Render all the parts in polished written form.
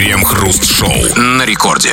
Крем-хруст-шоу на рекорде.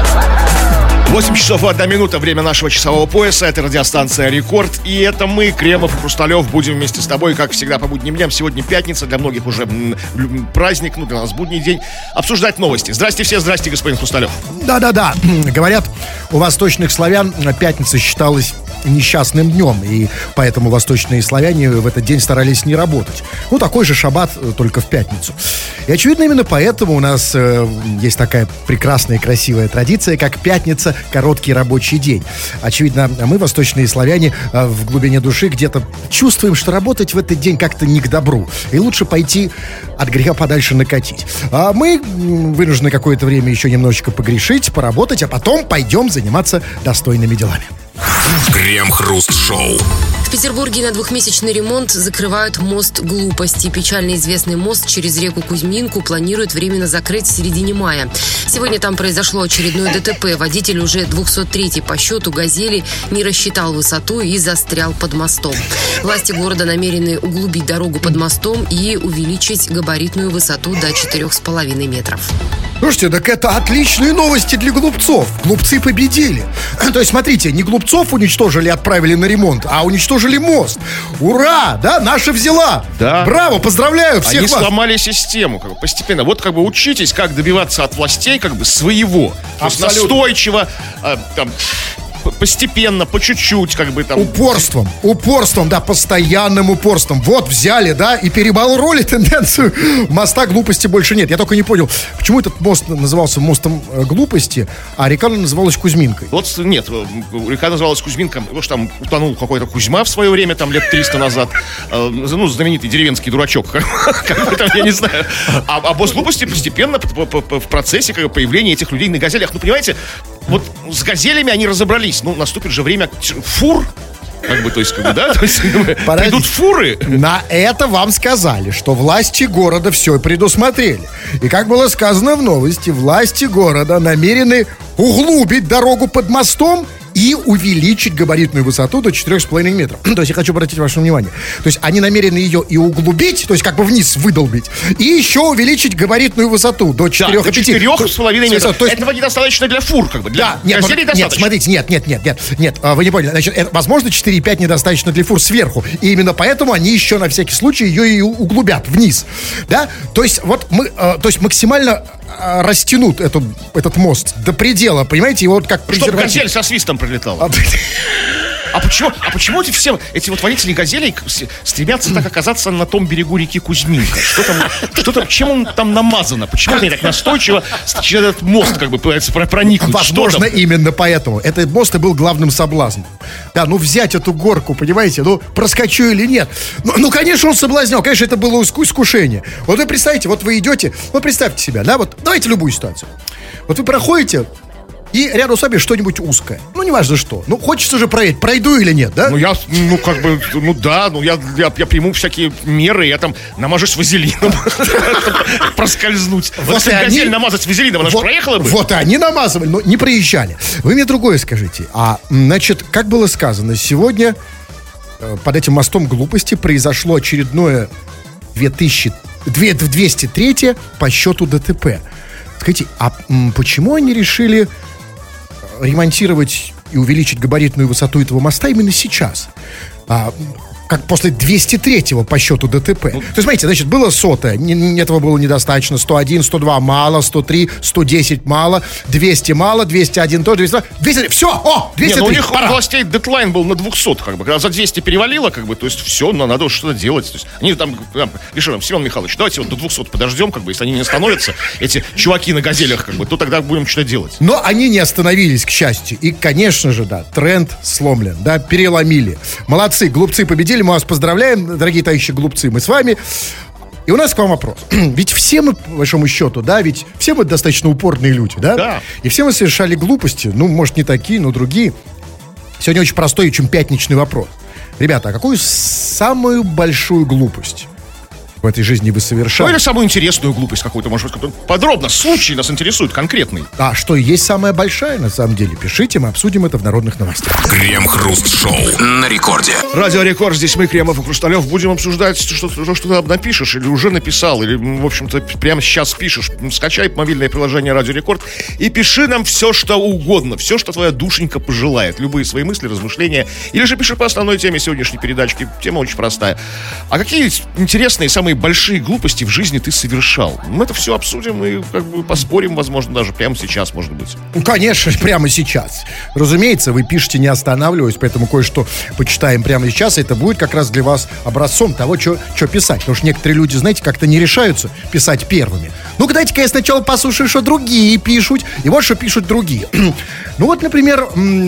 8 часов и 1 минута, время нашего часового пояса. Это радиостанция «Рекорд». И это мы, Кремов и Хрусталев, будем вместе с тобой, как всегда, по будним дням. Сегодня пятница, для многих уже праздник, для нас будний день. Обсуждать новости. Здрасте все, здрасте, господин Хрусталев. Да-да-да. Говорят, у восточных славян пятница считалась несчастным днем, и поэтому восточные славяне в этот день старались не работать. Ну, такой же шаббат, только в пятницу. И, очевидно, именно поэтому у нас есть такая прекрасная и красивая традиция, как пятница — короткий рабочий день. Очевидно, мы, восточные славяне, в глубине души где-то чувствуем, что работать в этот день как-то не к добру, и лучше пойти от греха подальше накатить. А мы вынуждены какое-то время еще немножечко погрешить, поработать, а потом пойдем заниматься достойными делами. Крем-хруст-шоу. В Петербурге на двухмесячный ремонт закрывают мост Глупости. Печально известный мост через реку Кузьминку планируют временно закрыть в середине мая. Сегодня там произошло очередное ДТП. Водитель уже 203-й по счету «Газели» не рассчитал высоту и застрял под мостом. Власти города намерены углубить дорогу под мостом и увеличить габаритную высоту до 4,5 метров. Слушайте, так это отличные новости для глупцов. Глупцы победили. То есть, смотрите, не глупцов уничтожили и отправили на ремонт, а уничтожили мост. Ура! Да, наша взяла. Да. Браво, поздравляю всех вас. Они сломали систему, постепенно. Вот учитесь, как добиваться от властей своего. То есть настойчиво, постепенно, по чуть-чуть, Упорством, да, постоянным упорством. Вот взяли, да, и перебороли тенденцию. Моста Глупости больше нет. Я только не понял, почему этот мост назывался мостом Глупости, а река называлась Кузьминкой. Вот нет, река называлась Кузьминка, потому что там утонул какой-то Кузьма в свое время, там лет 300 назад. Знаменитый деревенский дурачок, я не знаю. А мост Глупости постепенно в процессе появления этих людей на газелях. Ну, понимаете, вот с газелями они разобрались. Ну, наступит же время фур. Придут фуры. На это вам сказали, что власти города все предусмотрели. И как было сказано в новости, власти города намерены углубить дорогу под мостом и увеличить габаритную высоту до 4,5 метров. То есть я хочу обратить ваше внимание. То есть они намерены ее и углубить, то есть вниз выдолбить, и еще увеличить габаритную высоту до 4,5 метров. То есть этого недостаточно для фур, для газелей достаточно. Нет, смотрите, нет, вы не поняли. Значит, возможно, 4,5 недостаточно для фур сверху. И именно поэтому они еще на всякий случай ее и углубят вниз. Да? То есть максимально растянут этот мост до предела, понимаете, его как презерватив. Чтобы газель со свистом прилетала. А почему эти водители газелей стремятся так оказаться на том берегу реки Кузьминка? Чем он там намазано? Почему они так настойчиво через этот мост пытаются проникнуть? Возможно, именно поэтому. Этот мост и был главным соблазном. Да, взять эту горку, понимаете, проскочу или нет. Конечно, он соблазнял, конечно, это было искушение. Вот вы представьте, вы идете, представьте себя, да, давайте любую ситуацию. Вот вы проходите, и рядом с вами что-нибудь узкое. Неважно что. Хочется же проверить, пройду или нет, да? Я приму всякие меры, я там намажусь вазелином. Проскользнуть. Если газель намазать вазелином, она же проехала бы. Вот и они намазывали, но не проезжали. Вы мне другое скажите. Как было сказано, сегодня под этим мостом Глупости произошло очередное 203-е по счету ДТП. Скажите, а почему они решили ремонтировать и увеличить габаритную высоту этого моста именно сейчас? Как после 203-го по счету ДТП. То есть, смотрите, значит, было 100-е, этого было недостаточно, 101, 102 мало, 103, 110 мало, 200 мало, 201 тоже, 203, все, 203, у них у властей дедлайн был на 200, когда за 200 перевалило, то есть все, надо что-то делать. То есть, они там решили, Семен Михайлович, давайте до 200 подождем, если они не остановятся, эти чуваки на газелях, то тогда будем что-то делать. Но они не остановились, к счастью. И, конечно же, да, тренд сломлен, да, переломили. Молодцы, глупцы победили. Мы вас поздравляем, дорогие товарищи глупцы, мы с вами. И у нас к вам вопрос. Ведь все мы, по большому счету, да, ведь все мы достаточно упорные люди, да? Да. И все мы совершали глупости, может, не такие, но другие. Сегодня очень простой, очень пятничный вопрос. Ребята, а какую самую большую глупость в этой жизни вы Ну, совершали. или самую интересную глупость какую-то, может быть, подробно. Случай нас интересует, конкретный. А что есть самая большая, на самом деле, пишите, мы обсудим это в народных новостях. Крем-хруст-шоу на рекорде. Радио Рекорд, здесь мы, Кремов и Хрусталев, будем обсуждать, что ты напишешь, или уже написал, или, в общем-то, прямо сейчас пишешь. Скачай мобильное приложение Радио Рекорд и пиши нам все, что угодно, все, что твоя душенька пожелает. Любые свои мысли, размышления. Или же пиши по основной теме сегодняшней передачки. Тема очень простая. А какие интересные, самые большие глупости в жизни ты совершал? Мы это все обсудим и как бы поспорим, возможно, даже прямо сейчас, может быть. Ну, конечно, прямо сейчас. Разумеется, вы пишете, не останавливаясь, поэтому кое-что почитаем прямо сейчас. Это будет как раз для вас образцом того, что писать. Потому что некоторые люди, знаете, как-то не решаются писать первыми. Ну-ка, дайте-ка я сначала послушаю, что другие пишут. И вот что пишут другие. Ну вот, например,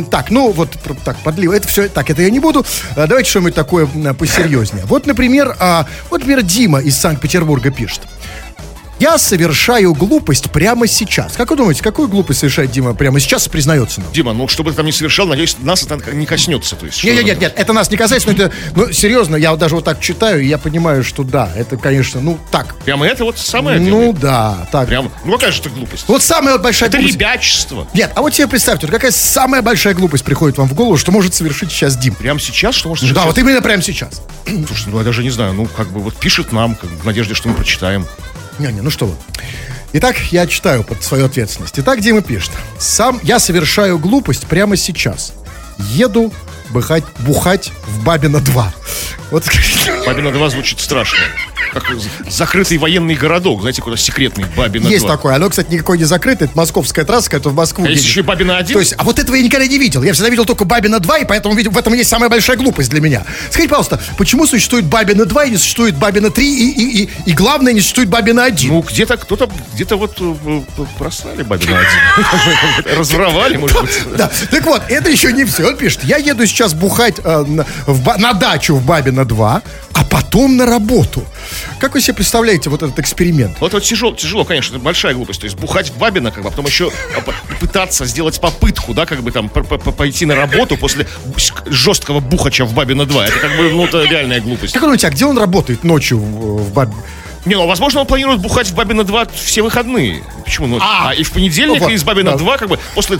подлил. Это все, так, это я не буду. Давайте что-нибудь такое посерьезнее. Вот, например, Дима из Санкт-Петербурга пишет. Я совершаю глупость прямо сейчас. Как вы думаете, какую глупость совершает Дима прямо сейчас и признается нам? Дима, ну, чтобы ты там не совершал, надеюсь, нас это не коснется. То есть, Нет, это нас не касается, но это, серьезно, я вот даже вот так читаю, и я понимаю, что да, это, конечно, так. Прямо это вот самое Ну, да, так. Прямо, какая же это глупость? Вот самая вот большая глупость. Это ребячество. Нет, а вот себе представьте, вот какая самая большая глупость приходит вам в голову, что может совершить сейчас Дим? Прямо сейчас? Что может Да, вот именно прямо сейчас. Слушай, я даже не знаю, вот пишет нам, в надежде, что мы прочитаем. Не, что вы. Итак, я читаю под свою ответственность. Итак, Дима пишет. Я совершаю глупость прямо сейчас. Еду бухать в Бабино 2. Вот. Бабино 2 звучит страшно. Как закрытый военный городок, знаете, куда секретный Бабино 2. Есть такое. Оно, кстати, никакой не закрыто. Это московская трасса, которая в Москву едет. Есть еще и Бабино 1? То есть, а вот этого я никогда не видел. Я всегда видел только Бабино 2, и поэтому в этом есть самая большая глупость для меня. Скажите, пожалуйста, почему существует Бабино 2 и не существует Бабино 3, и главное, не существует Бабино 1? Ну, кто-то вот просрали Бабино 1. Разворовали, может быть. Да, так вот, это еще не все. Он пишет, я еду сейчас бухать на дачу в Бабино 2, а потом на работу. Как вы себе представляете вот этот эксперимент? Вот тяжело, конечно, это большая глупость. То есть бухать в Бабино, а потом еще пытаться сделать попытку, да, как бы там пойти на работу после жесткого бухача в Бабино 2. Это как бы, это реальная глупость. Как вы думаете, а где он работает ночью в Бабино? Возможно, он планирует бухать в Бабино 2 все выходные. Почему? И в понедельник из Бабино 2, как бы, после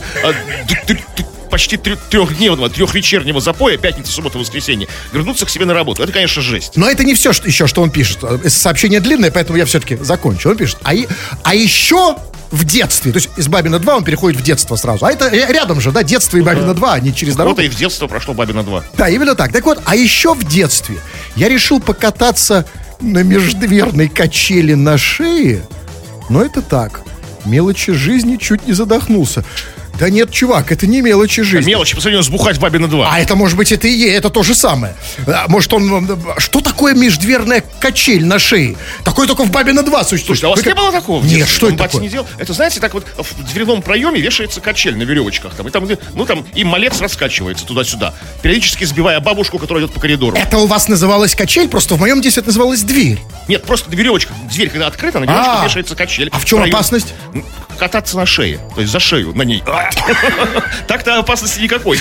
почти трехвечернего запоя, пятница, суббота, воскресенье, вернуться к себе на работу. Это, конечно, жесть. Но это не все, что он пишет. Сообщение длинное, поэтому я все-таки закончу. Он пишет, а еще в детстве, то есть из Бабино 2 он переходит в детство сразу. А это рядом же, да, детство и Бабино 2, они через дорогу. Вот и в детство прошло Бабино 2. Да, именно так. Так вот, а еще в детстве я решил покататься на междверной качели на шее. Но это так. Мелочи жизни, чуть не задохнулся. Да нет, чувак, это не мелочи жизни. Мелочи, по сравнению с бухать в Бабино 2. А это, может быть, это то же самое. Может, что такое междверная качель на шее? Такое только в Бабино 2 существует. Слушай, а у вас не было такого? Нет, что это такое? Не делал? Это, знаете, так вот в дверном проеме вешается качель на веревочках. И малец раскачивается туда-сюда, периодически сбивая бабушку, которая идет по коридору. Это у вас называлось качель? Просто в моем детстве это называлось дверь. Нет, просто на веревочках. Дверь, когда открыта, на веревочках вешается качель. А в чем опасность? Кататься на шее. То есть за шею на ней. Так-то опасности никакой.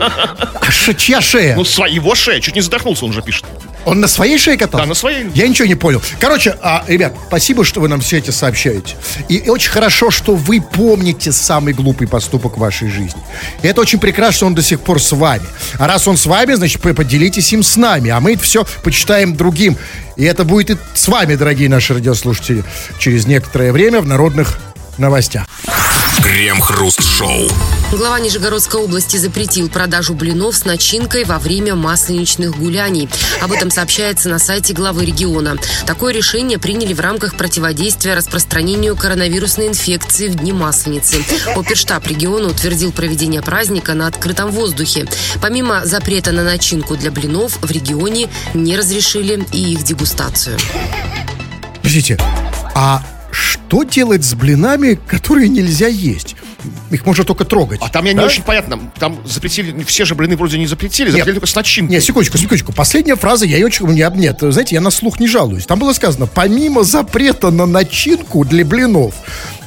А чья шея? Его шея. Чуть не задохнулся, он же пишет. Он на своей шее катался? Да, на своей. Я ничего не понял. Короче, ребят, спасибо, что вы нам все это сообщаете. И очень хорошо, что вы помните самый глупый поступок в вашей жизни. И это очень прекрасно, что он до сих пор с вами. А раз он с вами, значит, поделитесь им с нами. А мы это все почитаем другим. И это будет и с вами, дорогие наши радиослушатели, через некоторое время в народных новостях. Крем-хруст-шоу. Глава Нижегородской области запретил продажу блинов с начинкой во время масленичных гуляний. Об этом сообщается на сайте главы региона. Такое решение приняли в рамках противодействия распространению коронавирусной инфекции в дни Масленицы. Оперштаб региона утвердил проведение праздника на открытом воздухе. Помимо запрета на начинку для блинов, в регионе не разрешили и их дегустацию. Подождите, что делать с блинами, которые нельзя есть? Их можно только трогать. А там я не очень понятно. Там запретили, все же блины вроде не запретили, запретили только с начинкой. Нет, секундочку. Последняя фраза, нет, знаете, я на слух не жалуюсь. Там было сказано, помимо запрета на начинку для блинов,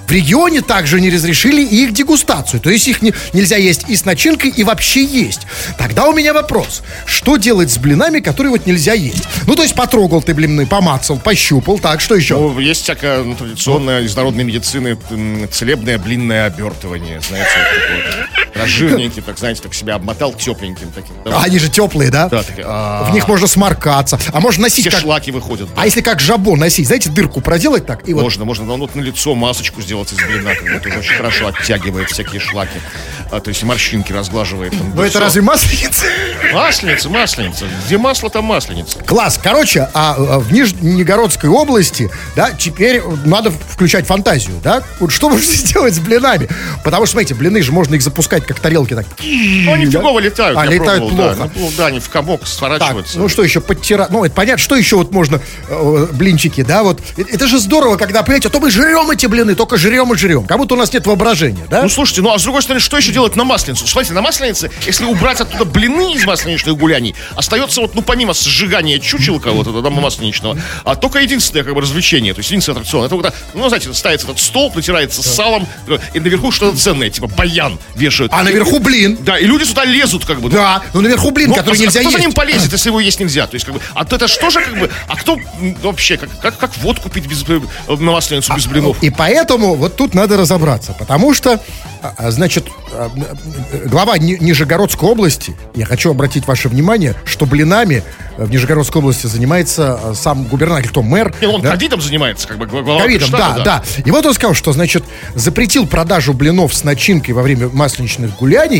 в регионе также не разрешили их дегустацию. То есть их нельзя есть и с начинкой, и вообще есть. Тогда у меня вопрос. Что делать с блинами, которые вот нельзя есть? Ну, то есть потрогал ты блины, помацал, пощупал. Так, что еще? Ну, есть всякое традиционное из народной медицины целебное блинное обертывание. Знаете, вот такое. Жирненький, так, знаете, так себя обмотал тепленьким таким. Да? Они же теплые, да? Да, такие, В них можно сморкаться. А можно носить все как... шлаки выходят. Да. А если как жабо носить, знаете, дырку проделать так? И вот... Можно вот на лицо масочку сделать из блина, как бы тоже очень хорошо оттягивает всякие шлаки. То есть морщинки разглаживает. Там, Ну это разве масленица? Масленица. Где масло, там масленица. Класс. Короче, в Нижегородской области, да, теперь надо включать фантазию, да? Вот что можно сделать с блинами? Потому что, смотрите, блины же можно их запускать как тарелки так. Ну, они фигово летают. Я летают пробовал, плохо. Да, они в комок сворачиваются. Так, ну что еще, подтирать? Ну, это понятно, что еще вот можно, блинчики, да, вот. Это же здорово, когда, понимаете, а то мы жрем эти блины, только жрем и жрем. Как будто у нас нет воображения, да? Ну, слушайте, а с другой стороны, что еще делать на масленицу? Смотрите, на масленице, если убрать оттуда блины из масленичных гуляний, остается вот, помимо сжигания чучела кого-то, там, масленичного, только единственное, как бы, развлечение, то есть единственный аттракцион. Это когда, знаете, ставится этот стол, натирается с салом, и наверху что-то ценное, типа баян вешают. А наверху блин. Да, и люди сюда лезут, как бы. Да, но наверху блин, который нельзя кто есть. за ним полезет, если его есть нельзя? То есть, как бы, это что же, как бы, а кто вообще, как водку пить на масленицу без блинов? И поэтому вот тут надо разобраться, потому что, значит, глава Нижегородской области, я хочу обратить ваше внимание, что блинами в Нижегородской области занимается сам губернатор, кто мэр. И он да? ковидом занимается, как бы, глава Ковидом, штата, да. И вот он сказал, что, значит, запретил продажу блинов с начинкой во время масленичных гуляний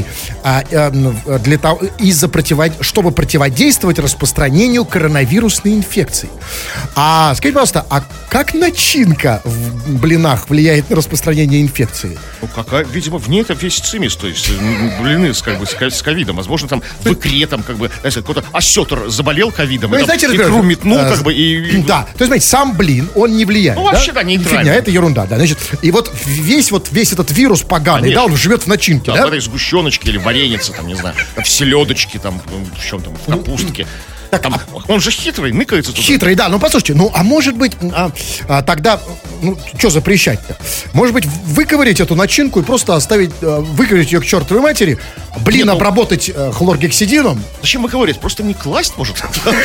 для того, чтобы противодействовать распространению коронавирусной инфекции. Скажите, пожалуйста, а как начинка в блинах влияет на распространение инфекции? Ну, видимо, в ней это весь цимис, то есть блины с ковидом. Возможно, там в икре, там, как бы, знаете, какой-то осетр заболел ковидом, ну, знаете, икру метнул, как бы, и... Да, то есть, знаете, сам блин, он не влияет. Ну, вообще, да, нейтрально. Фигня, это ерунда, да. Значит, и вот весь этот вирус поганый, Конечно. да, он живет в начинке, да? В этой сгущеночке или варенице, там, не знаю, в селедочке, там, в чем там, в капустке. Так, там, он же хитрый, ныкается туда. Хитрый, да, ну послушайте, а может быть, тогда, что запрещать-то? Может быть, выковырять эту начинку и просто оставить, выковырять ее к чертовой матери, блин, обработать хлоргексидином? Зачем выковырять? Просто не класть, может?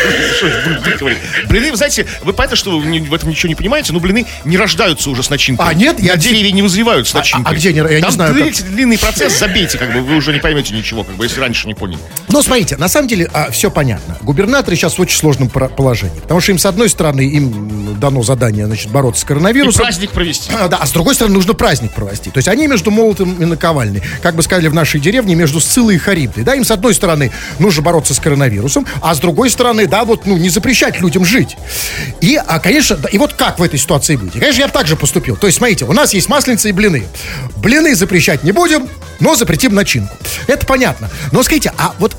Блины, знаете, вы понятно, что вы в этом ничего не понимаете, но блины не рождаются уже с начинкой. Нет? На дереве не вызревают с начинкой. Где? Я не знаю. Длинный процесс, забейте, как бы, вы уже не поймете ничего, как бы, если раньше не поняли. Ну, смотрите, на самом деле все понятно. Губернаторы сейчас в очень сложном положении. Потому что им, с одной стороны, им дано задание, значит, бороться с коронавирусом. И праздник провести. Да, а с другой стороны, нужно праздник провести. То есть они между молотом и наковальней. Как бы сказали в нашей деревне, между Сциллой и Харибдой. Да, им, с одной стороны, нужно бороться с коронавирусом, а с другой стороны, да, вот, не запрещать людям жить. И, конечно, и вот как в этой ситуации быть? И, конечно, я бы так же поступил. То есть, смотрите, у нас есть масленица и блины. Блины запрещать не будем, но запретим начинку. Это понятно. Но скажите,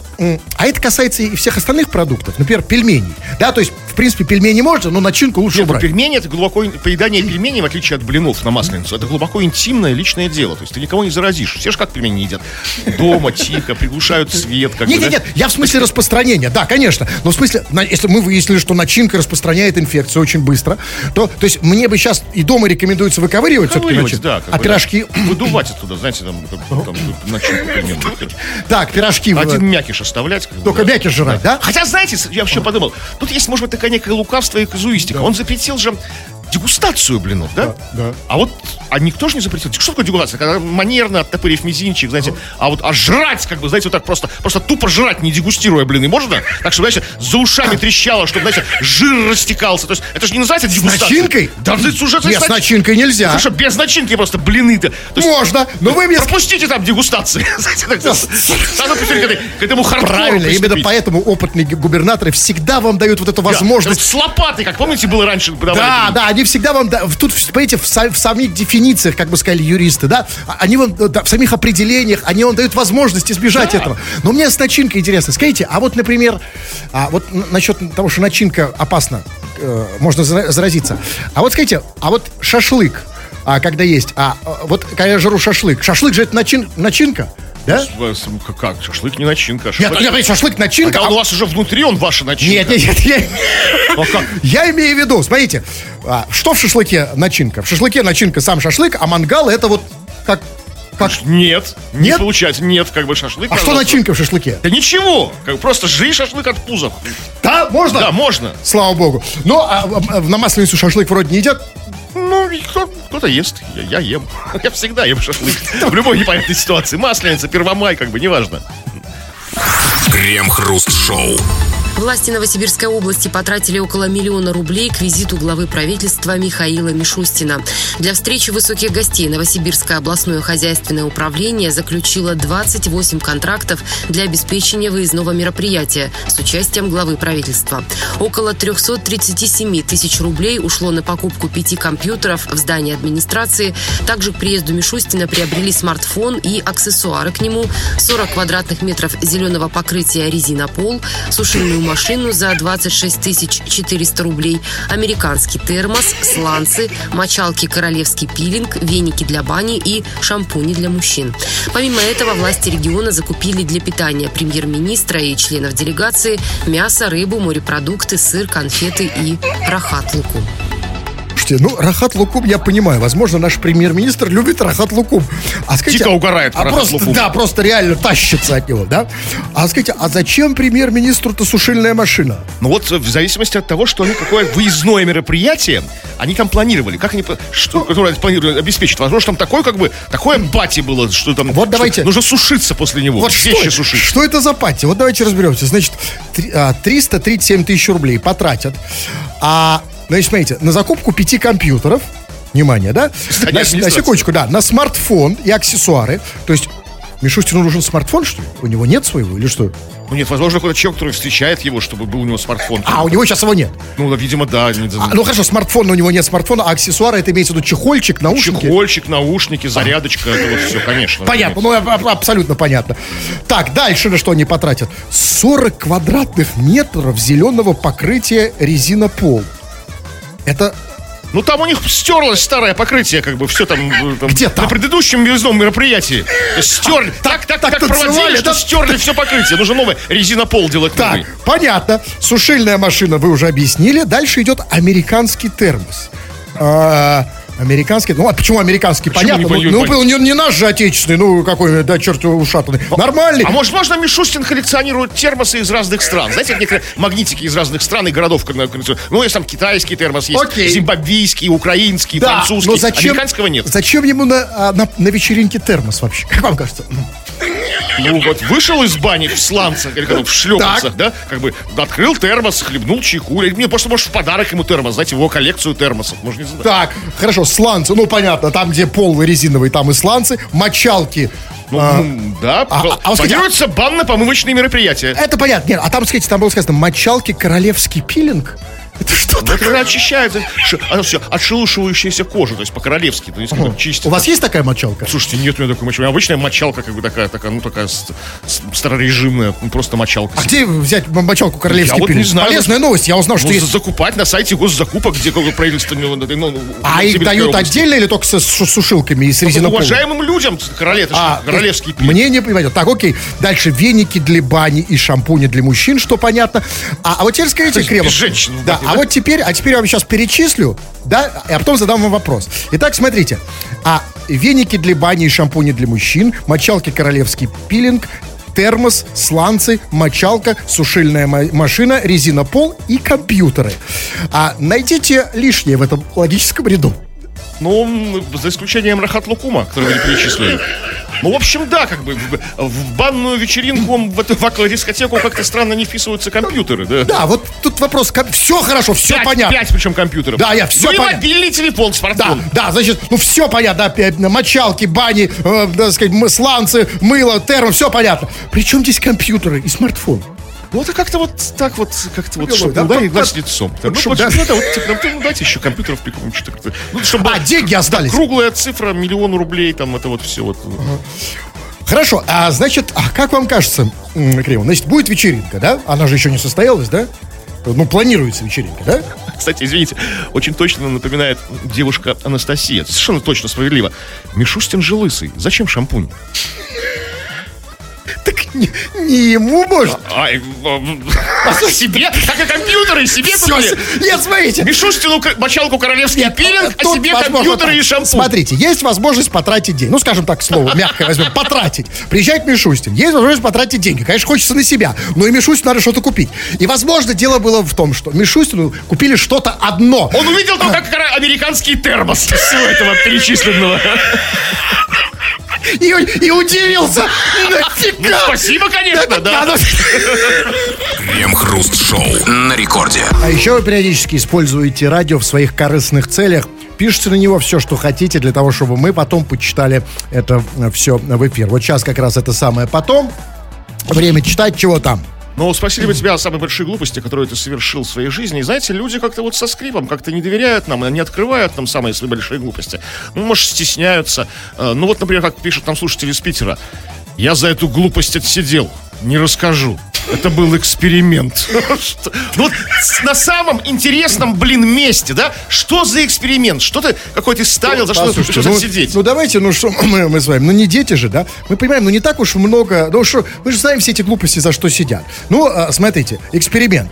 а это касается и всех остальных продуктов, например, пельменей. Да, то есть, в принципе, пельмени можно, но начинку лучше убрать. Пельмени — это глубоко... Поедание пельменей, в отличие от блинов на масленицу, это глубоко интимное личное дело. То есть ты никого не заразишь. Все же как пельмени едят? Дома, тихо, приглушают свет. Нет, я в смысле распространения, да, конечно. Но в смысле, если мы выяснили, что начинка распространяет инфекцию очень быстро, то есть мне бы сейчас и дома рекомендуется выковыривать все-таки начинку. Да, а пирожки... Выдувать оттуда, знаете, там начинку пельменную. Так, пирожки... Один мякиш оставлять. Только мякиш жрать, да? Хотя, знаете, я вообще подумал, тут есть, может быть, такая некая лукавство и казуистика. Он запретил же дегустацию блинов, да? Да. А никто же не запретил. Что такое дегустация? Когда манерно, оттопырив мизинчик, знаете, а жрать, как бы, знаете, вот так просто тупо жрать, не дегустируя блины, можно? Так, чтобы, знаете, за ушами трещало, чтобы, знаете, жир растекался. То есть, это же не называется дегустацией. С начинкой? Да, уже нет, с начинкой нельзя. Потому что без начинки просто блины-то. Можно, но вы мне... Пропустите там дегустации. Сразу к этому хардкору. Правильно, именно поэтому опытные губернаторы всегда вам дают вот эту возможность. С лопатой, как помните, было раньше. Да, они всегда вам... Тут, понимаете, в самих дефинициях, как бы сказали юристы, да, они вам, в самих определениях, они вам дают возможность избежать этого. Но у меня с начинкой интересно. Скажите, а вот, например, вот насчет того, что начинка опасна, можно заразиться. А вот скажите, а вот шашлык, когда есть, вот когда я жру шашлык же это начинка? Да? Как? Шашлык не начинка. Нет, шашлык начинка. А он у вас уже внутри, он ваша начинка. Нет. Я имею в виду, смотрите, что в шашлыке начинка? В шашлыке начинка сам шашлык, а мангал это вот как... Нет, не получается. Нет, как бы шашлык. А что начинка в шашлыке? Да ничего, просто жри шашлык от пуза. Да, можно? Да, можно. Слава богу. Но на Масленицу шашлык вроде не едят. Ну, кто-то ест, я ем. Я всегда ем шашлык. В любой непонятной ситуации. Масленица, Первомай, как бы, неважно. Крем-хруст-шоу. Власти Новосибирской области потратили около 1 000 000 рублей к визиту главы правительства Михаила Мишустина. Для встречи высоких гостей Новосибирское областное хозяйственное управление заключило 28 контрактов для обеспечения выездного мероприятия с участием главы правительства. Около 337 тысяч рублей ушло на покупку 5 компьютеров в здании администрации. Также к приезду Мишустина приобрели смартфон и аксессуары к нему, 40 квадратных метров зеленого покрытия резинопол, сушильную машину за 26 400 рублей, американский термос, сланцы, мочалки «Королевский пилинг», веники для бани и шампуни для мужчин. Помимо этого, власти региона закупили для питания премьер-министра и членов делегации мясо, рыбу, морепродукты, сыр, конфеты и рахат-лукум. Слушайте, рахат лукум я понимаю. Возможно, наш премьер-министр любит рахат лукум. Дико угорает по рахат лукум. Да, просто реально тащится от него, да? А скажите, а зачем премьер-министру-то сушильная машина? Ну вот в зависимости от того, что они какое выездное мероприятие они там планировали. Как они, которое планировали обеспечить? Возможно, там такое пати было, что там вот давайте, нужно сушиться после него. Вот что это за пати? Вот давайте разберемся. Значит, 337 тысяч рублей потратят. Значит, смотрите, на закупку 5 компьютеров, внимание, да? На секундочку, да, на смартфон и аксессуары. То есть Мишустину нужен смартфон, что ли? У него нет своего или что? Ну нет, возможно, какой-то человек, который встречает его, чтобы был у него смартфон. У него сейчас его нет? Ну, видимо, да. Ну хорошо, смартфон, но у него нет смартфона, а аксессуары, это имеется в виду чехольчик, наушники? Чехольчик, наушники, зарядочка, это вот все, конечно. Понятно, абсолютно понятно. Так, дальше на что они потратят? 40 квадратных метров зеленого покрытия резинопол. Это... Ну, там у них стерлось старое покрытие, все там где там? На предыдущем въездном мероприятии. Стерли. Так проводили, что стерли все покрытие. Нужно новое резинопол делать. Так, новый. Понятно. Сушильная машина вы уже объяснили. Дальше идет американский термос. Американский, а почему американский? Понятно, не наш же отечественный, какой, да, черт ушатанный. Нормальный. А может, можно Мишустин коллекционирует термосы из разных стран? Знаете, некоторые магнитики из разных стран и городов. Ну, есть там китайский термос, есть зимбабвийский, украинский, французский. Но американского нет. Зачем ему на вечеринке термос вообще? Как вам кажется? Ну, вот вышел из бани в сланцах, или в шлепанцах, да? Открыл термос, хлебнул чайку. Мне просто, может, в подарок ему термос, знаете, его коллекцию термосов. Может, не знаю. Так, хорошо, сланцы, понятно, там, где пол резиновый, там и сланцы, мочалки. Да, планируется банно-помывочные мероприятия. Это понятно, нет, там было сказано, мочалки «Королевский пилинг». Это что такое? Это когда очищают отшелушивающуюся кожу, то есть по-королевски, то есть чистят. У вас есть такая мочалка? Слушайте, нет у меня такой мочалки. Обычная мочалка, такая старорежимная, просто мочалка. А где взять мочалку «Королевский пилинг»? Я вот не знаю. Полезная новость, я узнал, что есть. Закупать на сайте госзакупок, где правительство... их дают отдельно или только с сушилками и с резинополом? Уважаемым людям, королевский пилинг. Мне не понимаю. Так, окей. Дальше веники для бани и шампуни для мужчин, что понятно. А вот теперь скажите, Кремов. Женщин. Да, теперь я вам сейчас перечислю, да, а потом задам вам вопрос. Итак, смотрите. Веники для бани и шампуни для мужчин, мочалки «Королевский пилинг», термос, сланцы, мочалка, сушильная машина, резинопол и компьютеры. Найдите лишнее в этом логическом ряду. Ну, за исключением рахат лукума, который вы перечислили. Ну, в общем, да, в банную вечеринку, в аквадискотеку как-то странно не вписываются компьютеры, да? Да, вот тут вопрос, все хорошо, все понятно. 5 причем компьютеров. Да, все понятно. Ну и мобильный телефон, смартфон. Да, значит, все понятно, мочалки, бани, сланцы, мыло, термос, все понятно. Причем здесь компьютеры и смартфон? Ну, это как-то чтобы дать лицом. Дайте еще компьютеров прикольно. Деньги остались. Круглая цифра, 1 000 000 рублей, там это вот все. Хорошо, значит, как вам кажется, Кремов, значит, будет вечеринка, да? Она же еще не состоялась, да? Планируется вечеринка, да? Кстати, извините, очень точно напоминает девушка Анастасия. Совершенно точно, справедливо. Мишустин же лысый. Зачем шампунь? Так не ему, может. Себе? Как и компьютеры, себе купили? Нет, смотрите. Мишустину мочалку королевский пилинг, а себе компьютеры и шампунь. Смотрите, есть возможность потратить деньги. Ну, скажем так, слово мягкое возьмем. Потратить. Приезжает Мишустин. Есть возможность потратить деньги. Конечно, хочется на себя. Но и Мишустину надо что-то купить. И, возможно, дело было в том, что Мишустину купили что-то одно. Он увидел только американский термос из всего этого перечисленного. И удивился. Нафига? Спасибо, конечно, да. Крем-хруст-шоу на рекорде. А еще вы периодически используете радио в своих корыстных целях. Пишите на него все, что хотите, для того, чтобы мы потом почитали это все в эфир. Вот сейчас как раз это самое потом. Время читать, чего там. Ну, спросили бы тебя о самой большой глупости, которую ты совершил в своей жизни. И знаете, люди как-то вот со скрипом как-то не доверяют нам, не открывают нам самые свои большие глупости. Ну, может, стесняются. Ну, вот, например, как пишут там слушатели из Питера. Я за эту глупость отсидел. Не расскажу. Это был эксперимент. Ну вот на самом интересном, месте, да? Что за эксперимент? Что ты какой-то ставил, за что сидеть? Ну давайте, что мы с вами, не дети же, да? Мы понимаем, не так уж много, мы же знаем все эти глупости, за что сидят. Смотрите, эксперимент.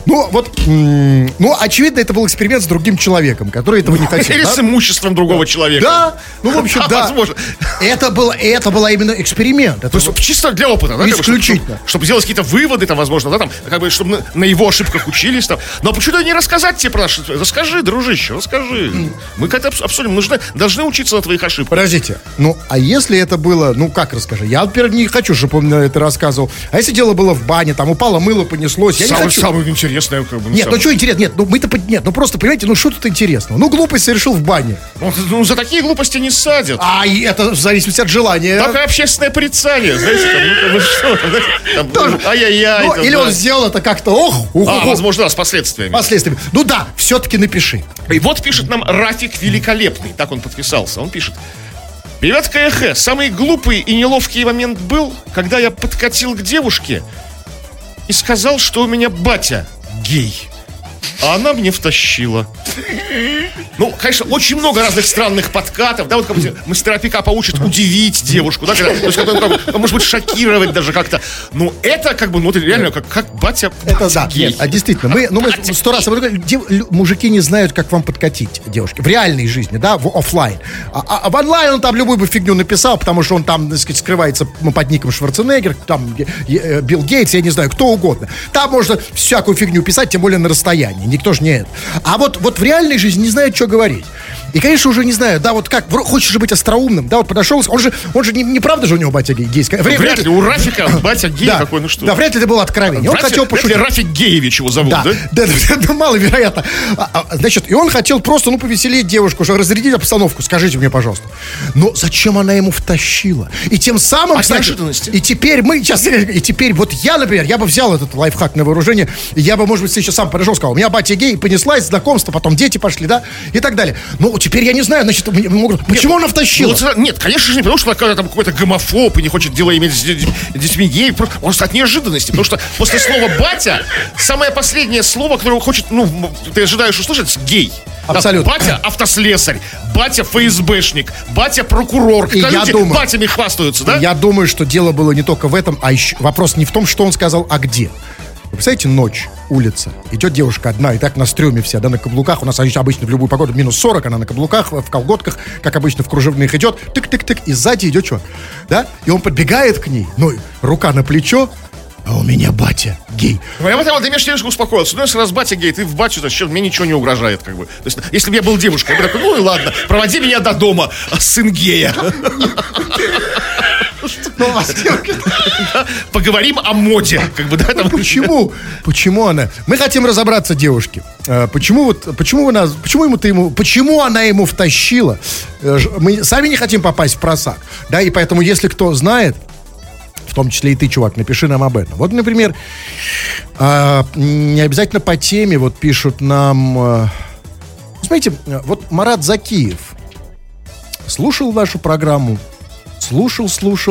Очевидно, это был эксперимент с другим человеком, который этого не хотел. Или с имуществом другого человека. Да, в общем, да. Возможно. Это была именно эксперимент. То есть чисто для опыта, да? Исключительно. Чтобы сделать какие-то выводы, там, возможно, да, там, чтобы на его ошибках учились, там. Но почему не рассказать тебе про наши... Расскажи, дружище, расскажи. Мы как-то обсудим, должны учиться на твоих ошибках. Подождите, а если это было, как расскажи? Я, например, не хочу, чтобы он это рассказывал. А если дело было в бане, там упало мыло, понеслось, я не хочу. Самое интересное, как бы. Нет, что интересно? Нет, просто, понимаете, что тут интересного? Глупость совершил в бане. За такие глупости не садят. А это в зависимости от желания. Только общественное порицание, знаете, там, ай-яй-яй. Или он сделал это как-то, возможно, с последствиями. Последствиями. Да, все-таки напиши. И вот пишет нам Рафик Великолепный, так он подписался, он пишет. Привет, КХ, самый глупый и неловкий момент был, когда я подкатил к девушке и сказал, что у меня батя гей. А она мне втащила. Конечно, очень много разных странных подкатов. Да, вот как бы мастера пикапа учат удивить девушку, да, то есть, может быть, шокировать даже как-то. Это как бы, это реально как батя. Это да, нет, действительно, мы 100 раз мужики не знают, как вам подкатить девушке. В реальной жизни, да, в офлайн. А в онлайн он там любую бы фигню написал, потому что он там, так сказать, скрывается под ником Шварценеггер, там Билл Гейтс, я не знаю, кто угодно. Там можно всякую фигню писать, тем более на расстоянии. Никто же не это. А вот в реальной жизни не знают, что говорить. И, конечно, уже не знаю, да, вот как, хочешь же быть остроумным, да, вот подошел, он же не правда же у него батя гейский. Вряд ли, у Рафика батя гей какой, что? Да, вряд ли это было откровение. Он хотел пошутить. Рафик Геевич его зовут, да? Да, маловероятно. Значит, и он хотел просто, повеселить девушку, разрядить обстановку, скажите мне, пожалуйста. Но зачем она ему втащила? И тем самым, неожиданности. И теперь вот я, например, я бы взял этот лайфхак на вооружение, и я бы, может быть, сейчас сам подошел, сказал, у меня батя гей, понеслась, знакомство, потом дети пошли, да, и так далее. Теперь я не знаю, значит, почему она втащила? Нет, конечно же, не потому, что она там какой-то гомофоб и не хочет дело иметь с детьми геев, просто от неожиданности. Потому что после слова «батя» самое последнее слово, которое хочет, ты ожидаешь услышать, гей. Абсолютно. Батя автослесарь, батя ФСБшник, батя прокурор. И я думаю, батями хвастаются, да? Я думаю, что дело было не только в этом, а еще вопрос не в том, что он сказал, а где. Вы представляете, ночь, улица, идет девушка одна, и так на стрёме вся, да, на каблуках, у нас обычно в любую погоду минус 40, она на каблуках, в колготках, как обычно в кружевных идет, тык-тык-тык, и сзади идет чувак, да, и он подбегает к ней, рука на плечо, а у меня батя гей. Я вот ты немножко успокоился. Раз батя гей, ты в батю, значит, мне ничего не угрожает, как бы. То есть, если бы я был девушкой, я бы такой, и ладно, проводи меня до дома, сын гея. Поговорим о моде, как бы, да, там. Почему она? Мы хотим разобраться, девушки. Почему она ему втащила? Мы сами не хотим попасть в просак, да, и поэтому, если кто знает, в том числе и ты, чувак, напиши нам об этом. Вот, например, не обязательно по теме, вот пишут нам, смотрите, вот Марат Закиев слушал вашу программу, слушал,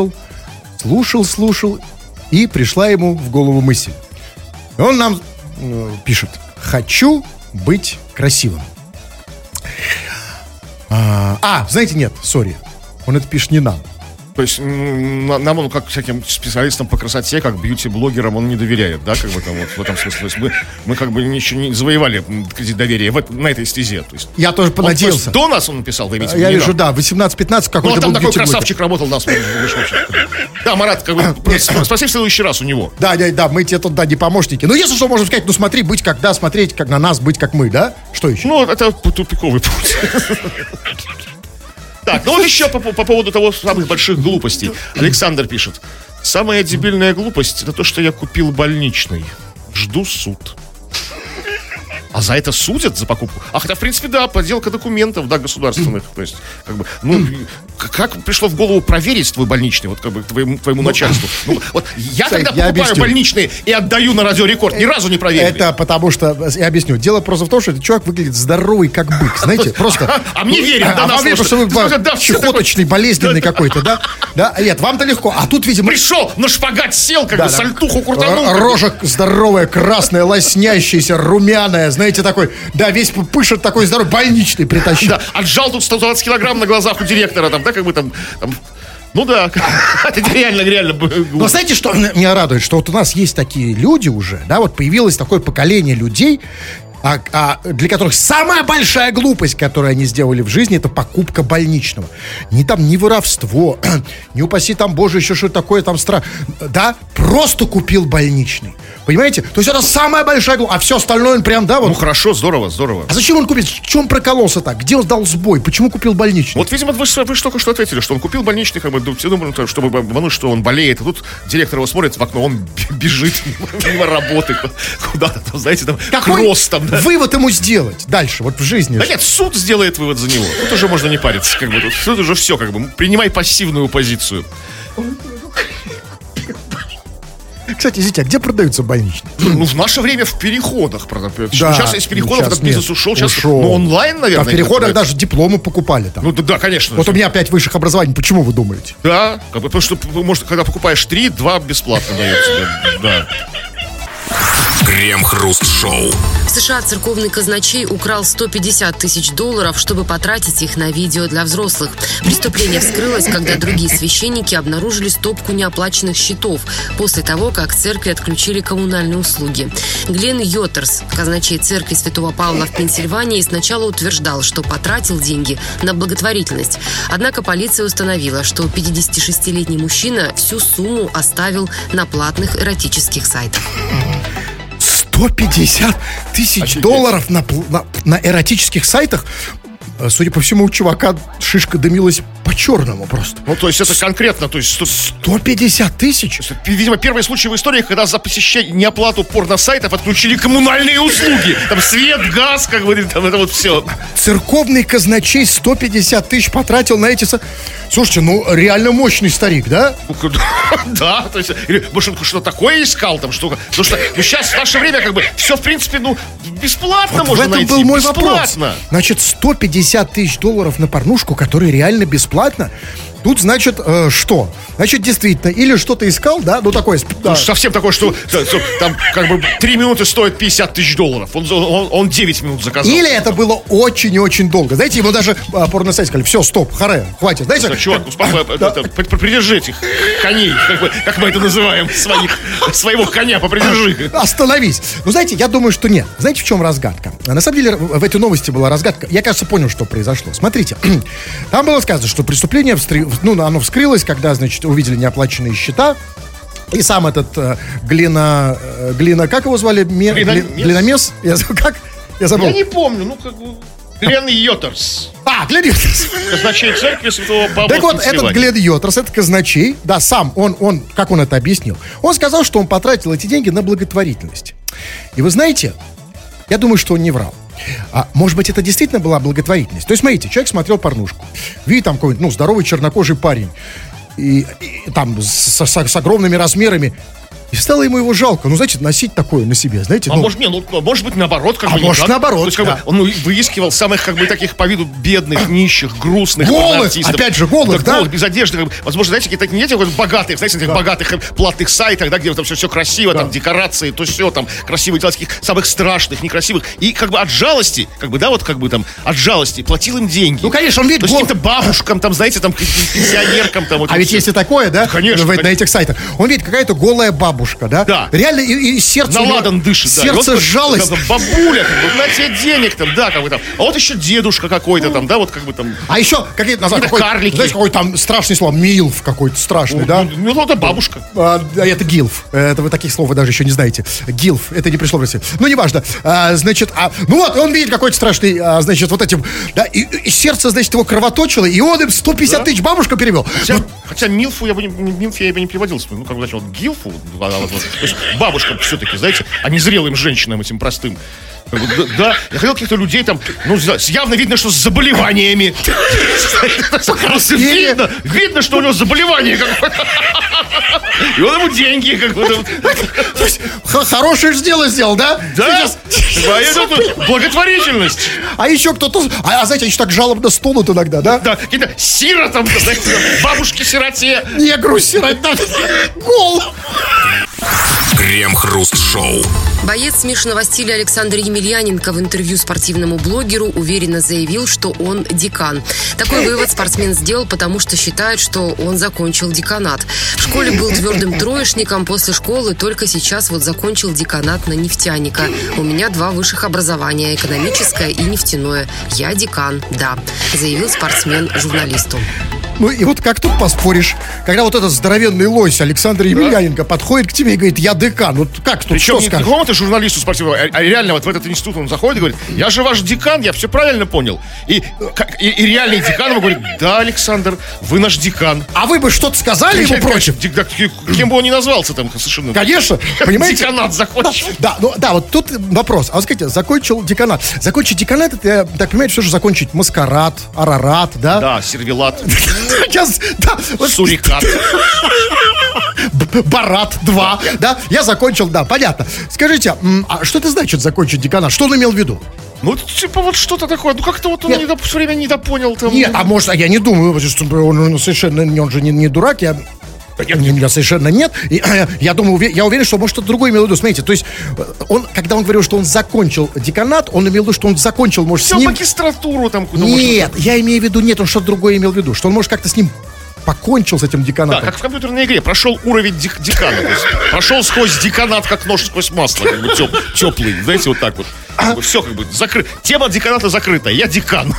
и пришла ему в голову мысль. Он нам пишет: хочу быть красивым. Знаете, нет, сори, он это пишет не нам. То есть нам он, как всяким специалистам по красоте, как бьюти-блогерам, он не доверяет, да, как бы там вот в этом смысле. То есть мы как бы еще не завоевали кредит доверия на этой стезе. То есть я тоже понадеялся. До нас он написал, вы имеете в виду? Я вижу, да, 18-15 какой-то был. Ну, там такой бьюти-блогер. красавчик работал нас. Да, Марат, как бы, спроси в следующий раз у него. Да, мы тебе тут, да, не помощники. Ну, если что, можем сказать, ну, смотри, быть как, да, смотреть как на нас, быть как мы, да? Что еще? Ну, это тупиковый путь. Так, ну вот еще по поводу того самых больших глупостей. Александр пишет. Самая дебильная глупость — это то, что я купил больничный. Жду суд. А за это судят, за покупку? Ах, это, в принципе, да, подделка документов, да, государственных. То есть, как бы, ну, как пришло в голову проверить твой больничный, вот, как бы, твоему начальству? Ну, вот, я когда покупаю больничные и отдаю на Радио Рекорд, ни разу не проверили. Это потому что, я объясню, дело просто в том, что этот чувак выглядит здоровый, как бык, знаете, просто... А мне верят, да, а мне просто вы чехоточный, болезненный какой-то, да? Да, нет, вам-то легко, а тут, видимо... Пришел, на шпагат сел, как бы, сальтуху крутанул. Рожа здоровая, красная, лоснящаяся, румяная, знаете, такой, да, весь пышет такой здоровый, больничный притащил. Да, отжал тут 120 килограмм на глазах у директора, там, да, как бы там ну да, это реально. Но знаете, что меня радует? Что вот у нас есть такие люди уже, да, вот появилось такое поколение людей, для которых самая большая глупость, которую они сделали в жизни, это покупка больничного. Не воровство, не упаси там, боже, еще что-то такое там да, просто купил больничный. Понимаете? То есть это самая большая глупость, а все остальное он прям, да, вот. Ну хорошо, здорово. А зачем он купил? В чем прокололся так? Где он дал сбой? Почему купил больничный? Вот, видимо, вы же только что ответили, что он купил больничный, как бы, все думали, чтобы обмануть, что он болеет. А тут директор его смотрит в окно, он бежит мимо работы куда-то, там, знаете, там, кросс там. Да? Вывод ему сделать дальше, вот в жизни. Да нет, суд сделает вывод за него. Тут уже можно не париться, как бы. Тут уже все, как бы. Принимай пассивную позицию. Кстати, извините, а где продаются больничные? Ну, в наше время в переходах продают. Да, сейчас из переходов этот бизнес ушел. Сейчас, ну, онлайн, наверное. А в переходах даже дипломы покупали там. Ну, да, конечно. Вот у меня 5 высших образований. Почему вы думаете? Да, потому что, может, когда покупаешь 3, 2 бесплатно дается. Да. Крем-хруст-шоу. В США церковный казначей украл $150 тысяч, чтобы потратить их на видео для взрослых. Преступление вскрылось, когда другие священники обнаружили стопку неоплаченных счетов после того, как церкви отключили коммунальные услуги. Глен Йотерс, казначей церкви Святого Павла в Пенсильвании, сначала утверждал, что потратил деньги на благотворительность. Однако полиция установила, что 56-летний мужчина всю сумму оставил на платных эротических сайтах. 150 тысяч долларов на эротических сайтах. Судя по всему, у чувака шишка дымилась по-черному просто. Ну, то есть это конкретно, то есть... 150 тысяч? Видимо, первый случай в истории, когда за посещение, неоплату порносайтов отключили коммунальные услуги. Там свет, газ, как бы, там это вот все. Церковный казначей 150 тысяч потратил на эти... Слушайте, ну, реально мощный старик, да? Да, то есть, может, он что-то такое искал там, что... Потому что сейчас, в наше время, как бы, все, в принципе, ну, бесплатно можно найти. В этом был мой вопрос. Значит, 150 тысяч долларов на порнушку, которая реально бесплатно. Тут, значит, что? Значит, действительно, или что-то искал, да? Ну, такое... Ну, совсем такое, что там, как бы, 3 минуты стоит $50 тысяч. Он 9 минут заказал. Или это было очень и очень долго. Знаете, ему даже порносайт сказали, все, стоп, харе, хватит. Знаете, чувак, придержи этих коней, как мы это называем, своего коня попридержи. Остановись. Ну, знаете, я думаю, что нет. Знаете, в чем разгадка? На самом деле, в этой новости была разгадка. Я, кажется, понял, что произошло. Смотрите, там было сказано, что преступление оно вскрылось, когда, значит, увидели неоплаченные счета. И сам этот Глина, как его звали? Глиномес? Я забыл. Я не помню, ну, как бы... Глен Йотерс. Глен Йотерс. Казначей церкви Святого Павла. Так вот, этот Глен Йотерс, этот казначей, да, сам, он, как он это объяснил? Он сказал, что он потратил эти деньги на благотворительность. И вы знаете, я думаю, что он не врал. Может быть, это действительно была благотворительность. То есть, смотрите, человек смотрел порнушку. Видит там какой-нибудь, здоровый чернокожий парень. И там с огромными размерами. И стало ему его жалко, ну, знаете, носить такое на себе, знаете. А может, может быть, наоборот, как бы. Может, наоборот, то есть, как бы, он выискивал самых, как бы, таких по виду бедных, нищих, грустных голых, опять же, голых, да? Голых, без одежды, как бы. Возможно, знаете, какие-то не эти богатых, знаете, этих богатых платных сайтах, да, где там все красиво, там декорации, то все там красиво, таких самых страшных, некрасивых. И как бы от жалости, как бы, да, вот как бы там, от жалости платил им деньги. Ну, конечно, он видит каким-то бабушкам, там, знаете, там, пенсионеркам, там. Вот, а ведь все. если такое, да? Конечно. На этих сайтах. Он видит, какая-то голая бабушка, да? Да. Реально, и сердце... Наладан дышит, да. Сердце сжалось. Там, бабуля, как бы, на тебе денег там, да, как бы там. А вот еще дедушка какой-то там, да, вот как бы там. А еще какие-то названия. Карлики. Знаете, какой там страшный слово, милф какой-то страшный, да? Ну, это бабушка. Это гилф. Это вы таких слов вы даже еще не знаете. Гилф. Это не пришло в Россию. Ну, неважно. Значит, ну вот, он видит какой-то страшный, значит, вот этим, да, и сердце, значит, его кровоточило, и он им 150 тысяч бабушка перевел. Хотя милфу я бы не переводил. Ну, как бы, значит, вот гилфу, то есть бабушкам все-таки, знаете, а не зрелым женщинам этим простым. Да, я хотел каких-то людей там, ну, явно видно, что с заболеваниями. Видно, что у него заболевание какое-то. И он ему деньги как бы. Хорошее дело сделал, да? Да, благотворительность. А еще кто-то, знаете, еще так жалобно стонут иногда, да? Да, какие-то сиротам, знаете, бабушке-сироте. Негру-сироте, гол. Крем-хруст-шоу. Боец смешанного стиля Александр Емельяненко в интервью спортивному блогеру уверенно заявил, что он декан. Такой вывод спортсмен сделал, потому что считает, что он закончил деканат. В школе был твердым троечником, после школы только сейчас вот закончил деканат на нефтяника. У меня 2 высших образования, экономическое и нефтяное. Я декан, да, заявил спортсмен журналисту. Ну и вот как тут поспоришь, когда вот этот здоровенный лось Александр Емельяненко подходит к тебе и говорит, я декан, вот как тут, причем что не скажешь? какому-то журналисту спортивному, а реально вот в этот институт он заходит и говорит, я же ваш декан, я все правильно понял. И реальный декан ему говорит, да, Александр, вы наш декан. А вы бы что-то сказали ему против? Кем бы он ни назвался там совершенно. Конечно, понимаете? Деканат закончил. Да, вот тут вопрос. А вот скажите, закончил деканат. Закончить деканат, это, я так понимаю, все же закончить маскарад, арарат, да? Да, сервелат. Сурикат. Барат 2, да? Я закончил, да, понятно. Скажите, а что это значит закончить деканат? Что он имел в виду? Ну, типа вот что-то такое. Ну, как-то вот он все время недопонял. Там. Нет, а может, я не думаю, что он совершенно, он же не дурак, я совершенно нет. Я думаю, я уверен, что может что-то другое имел в виду. Смотрите, то есть, когда он говорил, что он закончил деканат, он имел в виду, что он закончил, может, все с ним... магистратуру там куда-то. Нет, я имею в виду, нет, он что-то другое имел в виду, что он, может, как-то с ним покончил с этим деканатом. Да, как в компьютерной игре. Прошел уровень декана. То есть, прошел сквозь деканат, как нож сквозь масло. Как бы теплый. Знаете, вот так вот. Все как бы закрыто. Тема деканата закрыта. Я декан.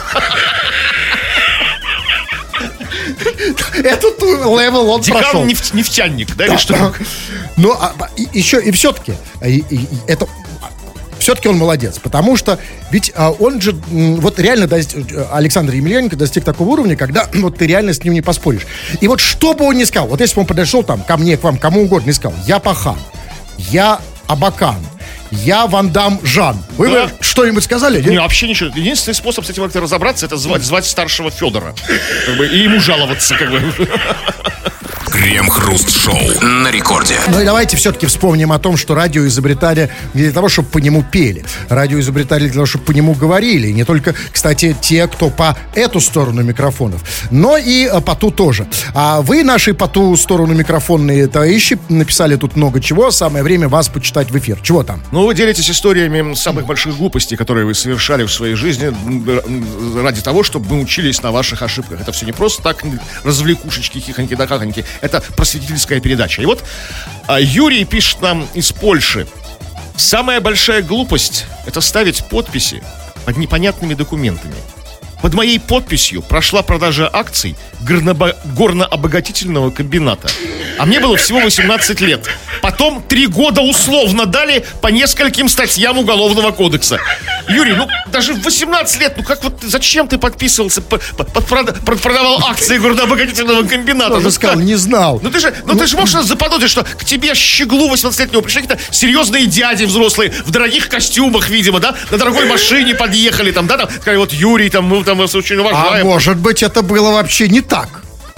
Этот левел он прошел. Декан нефтяник, да, или что? Ну, еще и все-таки это... Все-таки он молодец, потому что ведь он же, вот реально Александр Емельяненко достиг такого уровня, когда вот ты реально с ним не поспоришь. И вот что бы он ни сказал, вот если бы он подошел там ко мне, к вам, кому угодно, и сказал, я Пахан, я Абакан, я Ван Дам Жан. Вы бы что-нибудь сказали? Не, вообще ничего. Единственный способ с этим как-то разобраться, это звать старшего Федора. Как бы, и ему жаловаться, как бы. Крем-хруст-шоу на рекорде. Ну и давайте все-таки вспомним о том, что радио изобретали не для того, чтобы по нему пели. Радио изобретали для того, чтобы по нему говорили. И не только, кстати, те, кто по эту сторону микрофонов, но и по ту тоже. А вы, наши по ту сторону микрофонные товарищи, написали тут много чего. Самое время вас почитать в эфир. Чего там? Ну, вы делитесь историями самых больших глупостей, которые вы совершали в своей жизни ради того, чтобы мы учились на ваших ошибках. Это все не просто так развлекушечки, хихоньки да хахоньки. Это просветительская передача. И вот Юрий пишет нам из Польши. Самая большая глупость – это ставить подписи под непонятными документами. Под моей подписью прошла продажа акций горнообогатительного комбината. А мне было всего 18 лет. Потом 3 года условно дали по нескольким статьям Уголовного кодекса. Юрий, ну даже в 18 лет, ну как вот зачем ты подписывался, продавал акции горнообогатительного комбината? Он же сказал, не знал. Ну ты же можешь заподозрить, что к тебе щеглу 18-летнего пришли какие-то серьезные дяди взрослые в дорогих костюмах, видимо, да, на дорогой машине подъехали, там, да, там, сказали, вот Юрий, там, мы там вас очень уважаем. А может быть, это было вообще не так?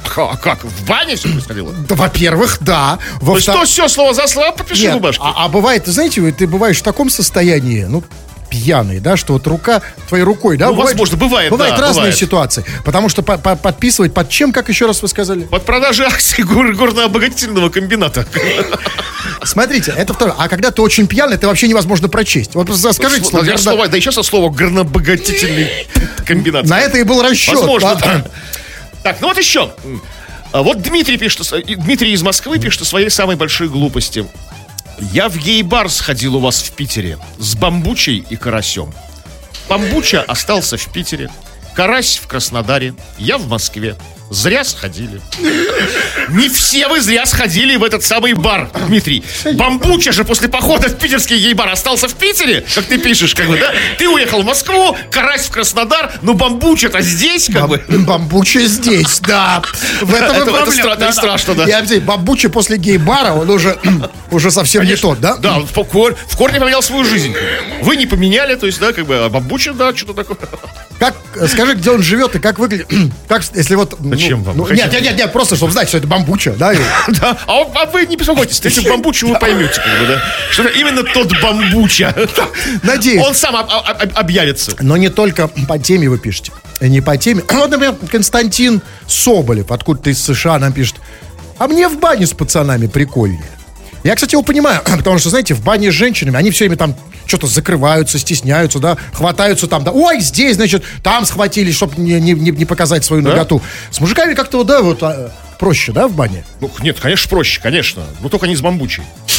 А как? В бане все происходило? Да, во-первых, да. То есть то все слово за слово попиши в бумажке. А бывает, знаете, ты бываешь в таком состоянии, пьяный, да, что вот рука твоей рукой, да? Возможно, бывает, бывают да, разные бывает. ситуации. Потому что подписывать под чем, как еще раз вы сказали? Под продажей акций горно-обогатительного комбината. Смотрите, это второе. А когда ты очень пьяный, это вообще невозможно прочесть. Вот скажите, Да еще со слова горно-обогатительный комбинат. На это и был расчет. Возможно, да. Так, вот еще. Вот Дмитрий из Москвы пишет о своей самой большой глупости. Я в гей-бар сходил у вас в Питере с бамбучей и карасем. Бамбуча остался в Питере, карась в Краснодаре, я в Москве. Зря сходили. Не все вы зря сходили в этот самый бар, Дмитрий. Бамбуча же после похода в питерский гей-бар остался в Питере, как ты пишешь, как бы, да? Ты уехал в Москву, карась в Краснодар, но бамбуча-то здесь, как бы. Бамбуча здесь, да. В этом и проблема. Это страшно, да. Я объясняю, бамбуча после гей-бара, он уже совсем не тот, да? Да, он в корне поменял свою жизнь. Вы не поменяли, то есть, да, как бы, а бамбуча, да, что-то такое. Скажи, где он живет и как выглядит. Как, если вот. Зачем вам? Нет, просто чтобы знать, что это бамбуча, да? Да, а вы не беспокойтесь, если бамбучу вы поймете, как бы, да, что это именно тот бамбуча. Надеюсь. Он сам объявится. Но не только по теме вы пишете. Не по теме. Вот, например, Константин Соболев, откуда-то из США, нам пишет: а мне в бане с пацанами прикольнее. Я, кстати, его понимаю, потому что, знаете, в бане с женщинами, они все время там что-то закрываются, стесняются, да, хватаются там, да, ой, здесь, значит, там схватились, чтобы не показать свою наготу. С мужиками как-то, да, вот проще, да, в бане? Ну, нет, конечно, проще, конечно, но только не с бамбучей.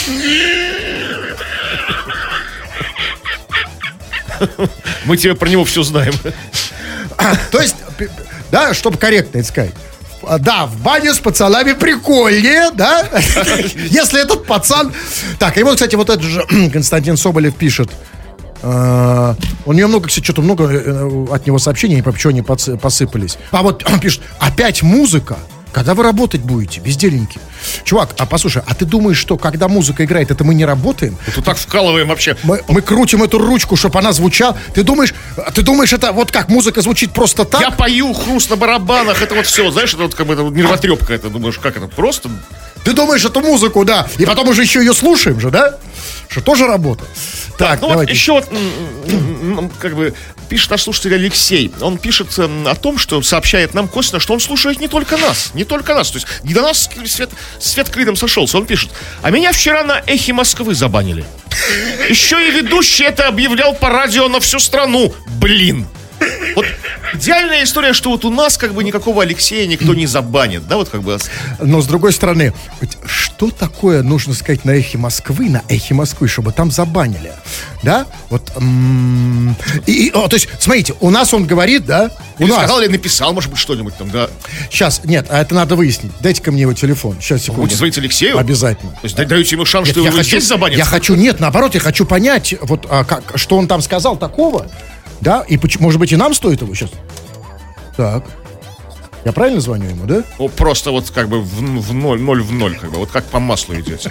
Мы тебе про него все знаем. То есть, да, чтобы корректно это сказать. Да, в бане с пацанами прикольнее, да? Если этот пацан... Так, и вот, кстати, вот этот же Константин Соболев пишет. У нее много, кстати, что-то много от него сообщений, по почему они посыпались. А вот он пишет: опять музыка? Когда вы работать будете, бездельники? Чувак, а послушай, а ты думаешь, что когда музыка играет, это мы не работаем? Вот так вкалываем вообще. Мы крутим эту ручку, чтобы она звучала. Ты думаешь, это вот как музыка звучит просто так? Я пою, хруст на барабанах, это вот все, знаешь, это вот как бы это нервотрепка, это думаешь, как это просто... Ты думаешь эту музыку, да, и потом уже еще ее слушаем же, да? Что тоже работа. Так, ну вот еще вот, как бы, пишет наш слушатель Алексей. Он пишет о том, что сообщает нам косвенно, что он слушает не только нас. То есть не до нас свет клином сошелся. Он пишет: а меня вчера на Эхе Москвы забанили. Еще и ведущий это объявлял по радио на всю страну. Блин. Вот идеальная история, что вот у нас как бы никакого Алексея никто не забанит, да, вот как бы. Но с другой стороны, что такое нужно сказать на Эхе Москвы, чтобы там забанили, да? Вот, то есть, смотрите, у нас он говорит, да? Или сказал, или написал, может быть, что-нибудь там, да? Сейчас, нет, это надо выяснить. Дайте-ка мне его телефон. Сейчас, секунду. Будете звонить Алексею? Обязательно. То есть даете ему шанс, что его здесь забанят? Наоборот, я хочу понять, вот, что он там сказал такого. Да, и может быть и нам стоит его сейчас. Так. Я правильно звоню ему, да? Ну, просто вот как бы в ноль, как бы, вот как по маслу идете.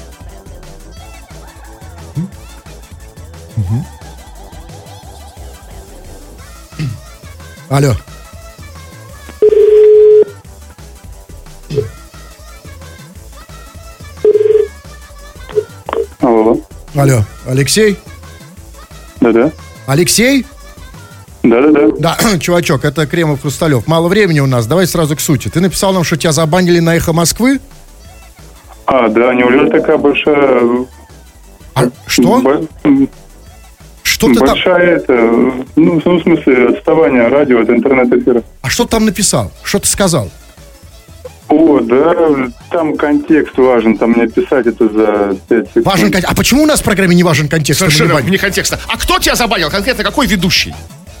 Алло. Алло, Алексей? Да-да. Алексей? Да-да-да. Да, чувачок, это Кремов Хрусталев. Мало времени у нас, давай сразу к сути. Ты написал нам, что тебя забанили на Эхо Москвы? А, да, неужели такая большая... А что? Что ты там... Большая это... Ну, в смысле, отставание радио от интернет-эфира. А что ты там написал? Что ты сказал? О, да, там контекст важен, там мне писать это за 5 секунд. Важен контекст. А почему у нас в программе не важен контекст? Совершенно вне контекста. А кто тебя забанил? Конкретно какой ведущий?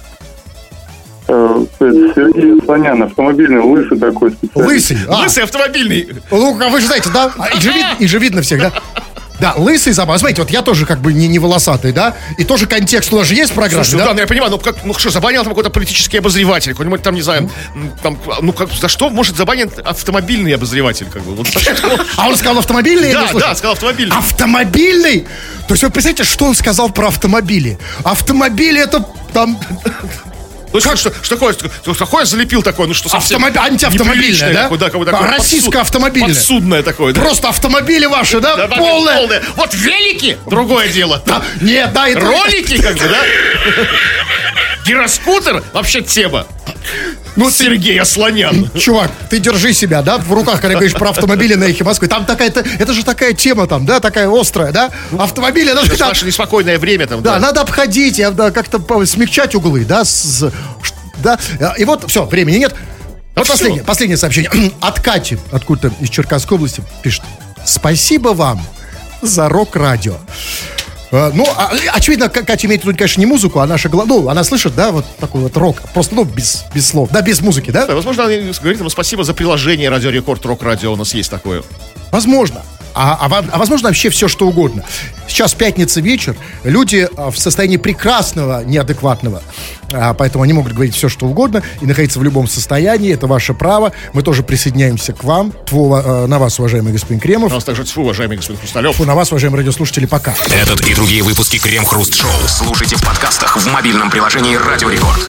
Сергей Слонян, автомобильный, лысый такой специалист. Лысый? Лысый автомобильный. Ну, вы же знаете, да? И же видно всех, да? Да, лысый забанил. Смотрите, вот я тоже как бы не волосатый, да? И тоже контекст у нас же есть в программе, слушай, да? Ну, я понимаю, ну что, забанил там какой-то политический обозреватель, какой-нибудь там, не знаю, там, ну как, за что может забанить автомобильный обозреватель, как бы? Вот, а он сказал автомобильный? Да, сказал автомобильный. Автомобильный? То есть вы представляете, что он сказал про автомобили? Автомобили это там... Ну, что такое залепил такое, ну что совсем антиавтомобильное, да? Такое, да, какое-то российско-автомобильное. Подсудное такое, да? Просто автомобили ваши, да? Полное. Вот велики, другое дело. Да, нет, да, это... Ролики, как бы, да? Гироскутер, вообще тема. Ну, Сергей Асланян. Чувак, ты держи себя, да, в руках, когда говоришь про автомобили на Эхе Москвы. Там это же такая тема там, да, такая острая, да? Автомобили... Это наше неспокойное время там, да. Надо обходить, как-то смягчать углы, да, да. И вот, все, времени нет. Вот последнее сообщение. От Кати, откуда-то из Черкасской области, пишет. Спасибо вам за рок-радио. Ну, очевидно, Катя имеет в виду, конечно, не музыку, а наша голова. Ну, она слышит, да, вот такой вот рок. Просто, ну, без слов. Да, без музыки, да? Да, возможно, она говорит ему спасибо за приложение Радио Рекорд, Рок-радио. У нас есть такое. Возможно. А возможно, вообще все, что угодно. Сейчас пятница вечер, люди в состоянии прекрасного, неадекватного, поэтому они могут говорить все, что угодно и находиться в любом состоянии, это ваше право. Мы тоже присоединяемся к вам. На вас, уважаемый господин Кремов. На вас также тьфу, уважаемый господин Хрусталев. Тьфу, на вас, уважаемые радиослушатели, пока. Этот и другие выпуски Крем-Хруст Шоу слушайте в подкастах в мобильном приложении Радио Рекорд.